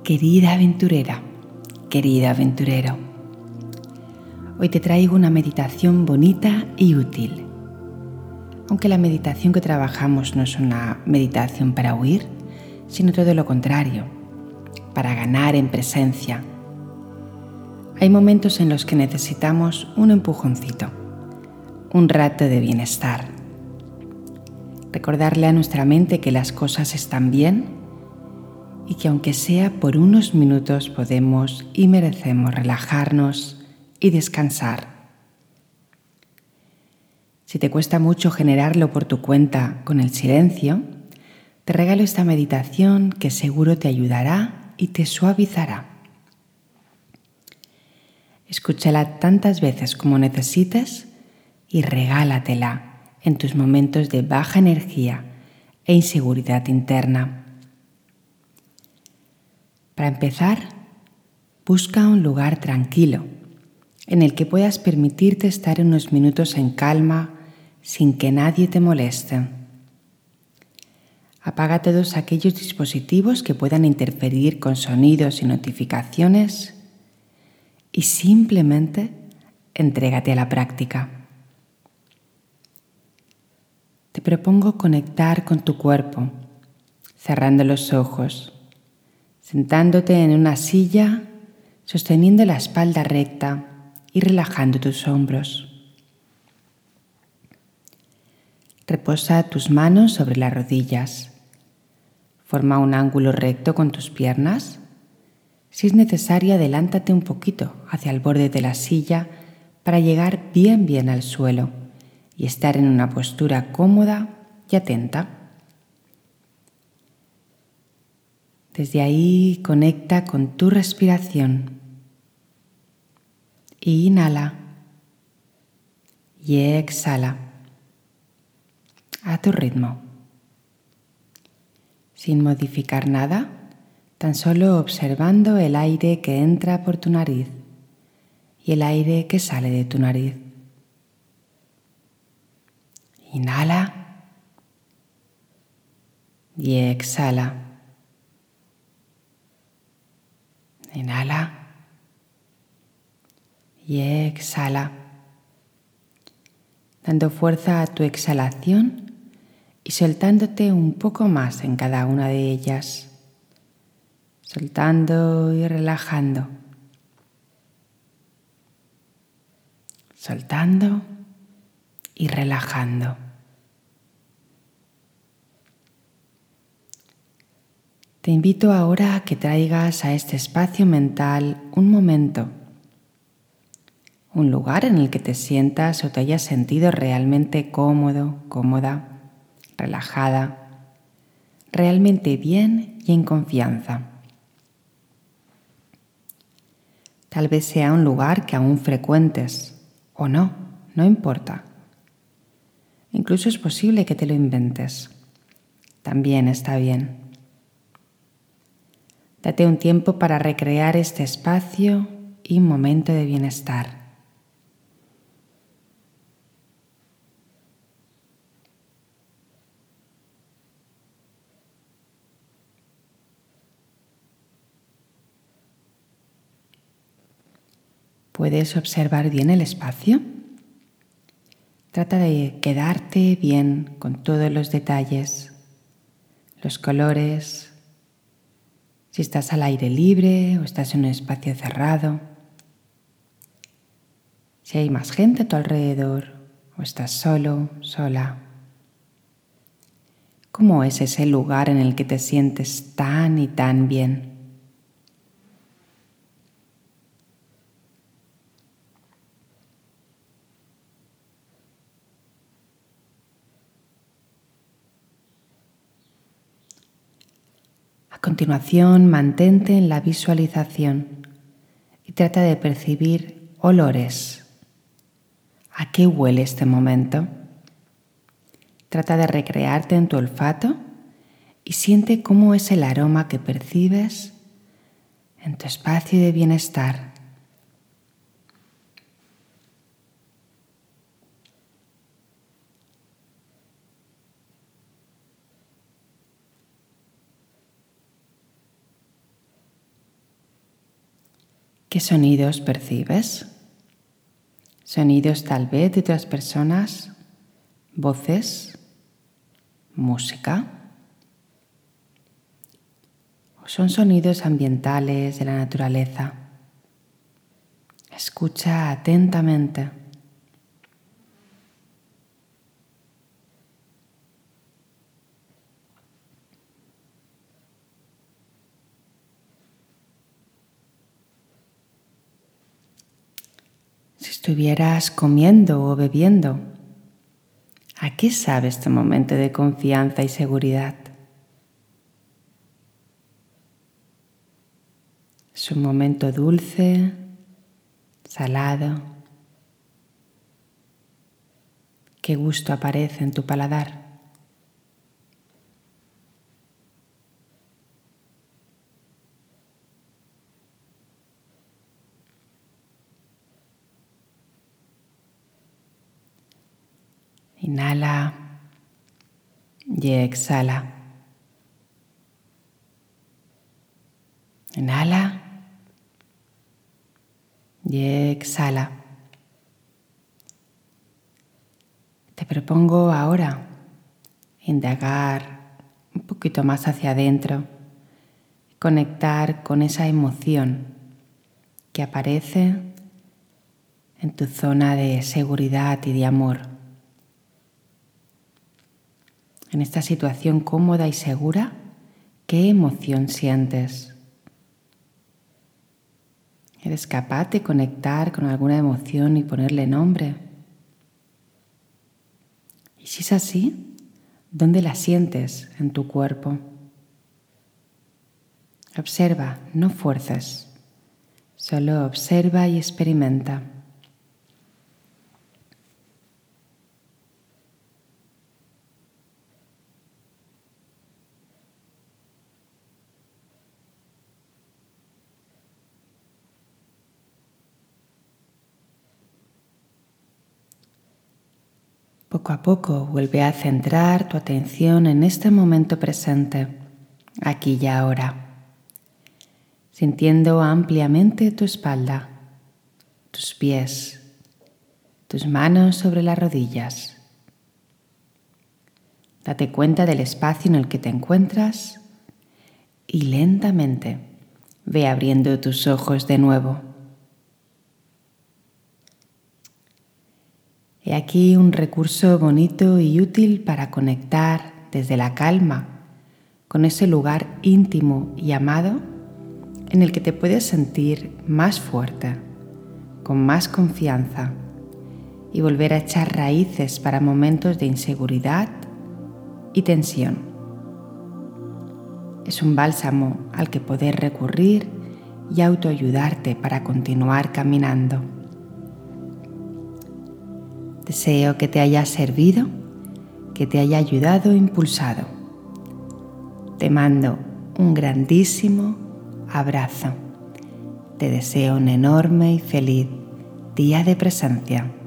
Querida aventurera, querido aventurero, hoy te traigo una meditación bonita y útil. Aunque la meditación que trabajamos no es una meditación para huir, sino todo lo contrario, para ganar en presencia. Hay momentos en los que necesitamos un empujoncito, un rato de bienestar. Recordarle a nuestra mente que las cosas están bien y que aunque sea por unos minutos podemos y merecemos relajarnos y descansar. Si te cuesta mucho generarlo por tu cuenta con el silencio, te regalo esta meditación que seguro te ayudará y te suavizará. Escúchala tantas veces como necesites y regálatela en tus momentos de baja energía e inseguridad interna. Para empezar, busca un lugar tranquilo en el que puedas permitirte estar unos minutos en calma sin que nadie te moleste. Apaga todos aquellos dispositivos que puedan interferir con sonidos y notificaciones y simplemente entrégate a la práctica. Te propongo conectar con tu cuerpo, cerrando los ojos, sentándote en una silla, sosteniendo la espalda recta y relajando tus hombros. Reposa tus manos sobre las rodillas. Forma un ángulo recto con tus piernas. Si es necesario, adelántate un poquito hacia el borde de la silla para llegar bien al suelo y estar en una postura cómoda y atenta. Desde ahí conecta con tu respiración. Inhala y exhala a tu ritmo. Sin modificar nada, tan solo observando el aire que entra por tu nariz y el aire que sale de tu nariz. Inhala y exhala. Inhala y exhala, dando fuerza a tu exhalación y soltándote un poco más en cada una de ellas, soltando y relajando, soltando y relajando. Te invito ahora a que traigas a este espacio mental un momento, un lugar en el que te sientas o te hayas sentido realmente cómodo, cómoda, relajada, realmente bien y en confianza. Tal vez sea un lugar que aún frecuentes o no, no importa. Incluso es posible que te lo inventes. También está bien. Date un tiempo para recrear este espacio y un momento de bienestar. ¿Puedes observar bien el espacio? Trata de quedarte bien con todos los detalles, los colores, si estás al aire libre o estás en un espacio cerrado, si hay más gente a tu alrededor o estás solo, sola. ¿Cómo es ese lugar en el que te sientes tan y tan bien? A continuación, mantente en la visualización y trata de percibir olores. ¿A qué huele este momento? Trata de recrearte en tu olfato y siente cómo es el aroma que percibes en tu espacio de bienestar. ¿Qué sonidos percibes? Sonidos tal vez de otras personas, voces, música. ¿O son sonidos ambientales de la naturaleza? Escucha atentamente. Si estuvieras comiendo o bebiendo, ¿a qué sabe este momento de confianza y seguridad? ¿Es un momento dulce, salado? ¿Qué gusto aparece en tu paladar? Inhala y exhala. Inhala y exhala. Te propongo ahora indagar un poquito más hacia adentro, conectar con esa emoción que aparece en tu zona de seguridad y de amor. En esta situación cómoda y segura, ¿qué emoción sientes? ¿Eres capaz de conectar con alguna emoción y ponerle nombre? Y si es así, ¿dónde la sientes en tu cuerpo? Observa, no fuerces, solo observa y experimenta. Poco a poco vuelve a centrar tu atención en este momento presente, aquí y ahora, sintiendo ampliamente tu espalda, tus pies, tus manos sobre las rodillas. Date cuenta del espacio en el que te encuentras y lentamente ve abriendo tus ojos de nuevo. He aquí un recurso bonito y útil para conectar desde la calma con ese lugar íntimo y amado en el que te puedes sentir más fuerte, con más confianza y volver a echar raíces para momentos de inseguridad y tensión. Es un bálsamo al que poder recurrir y autoayudarte para continuar caminando. Deseo que te haya servido, que te haya ayudado e impulsado. Te mando un grandísimo abrazo. Te deseo un enorme y feliz día de presencia.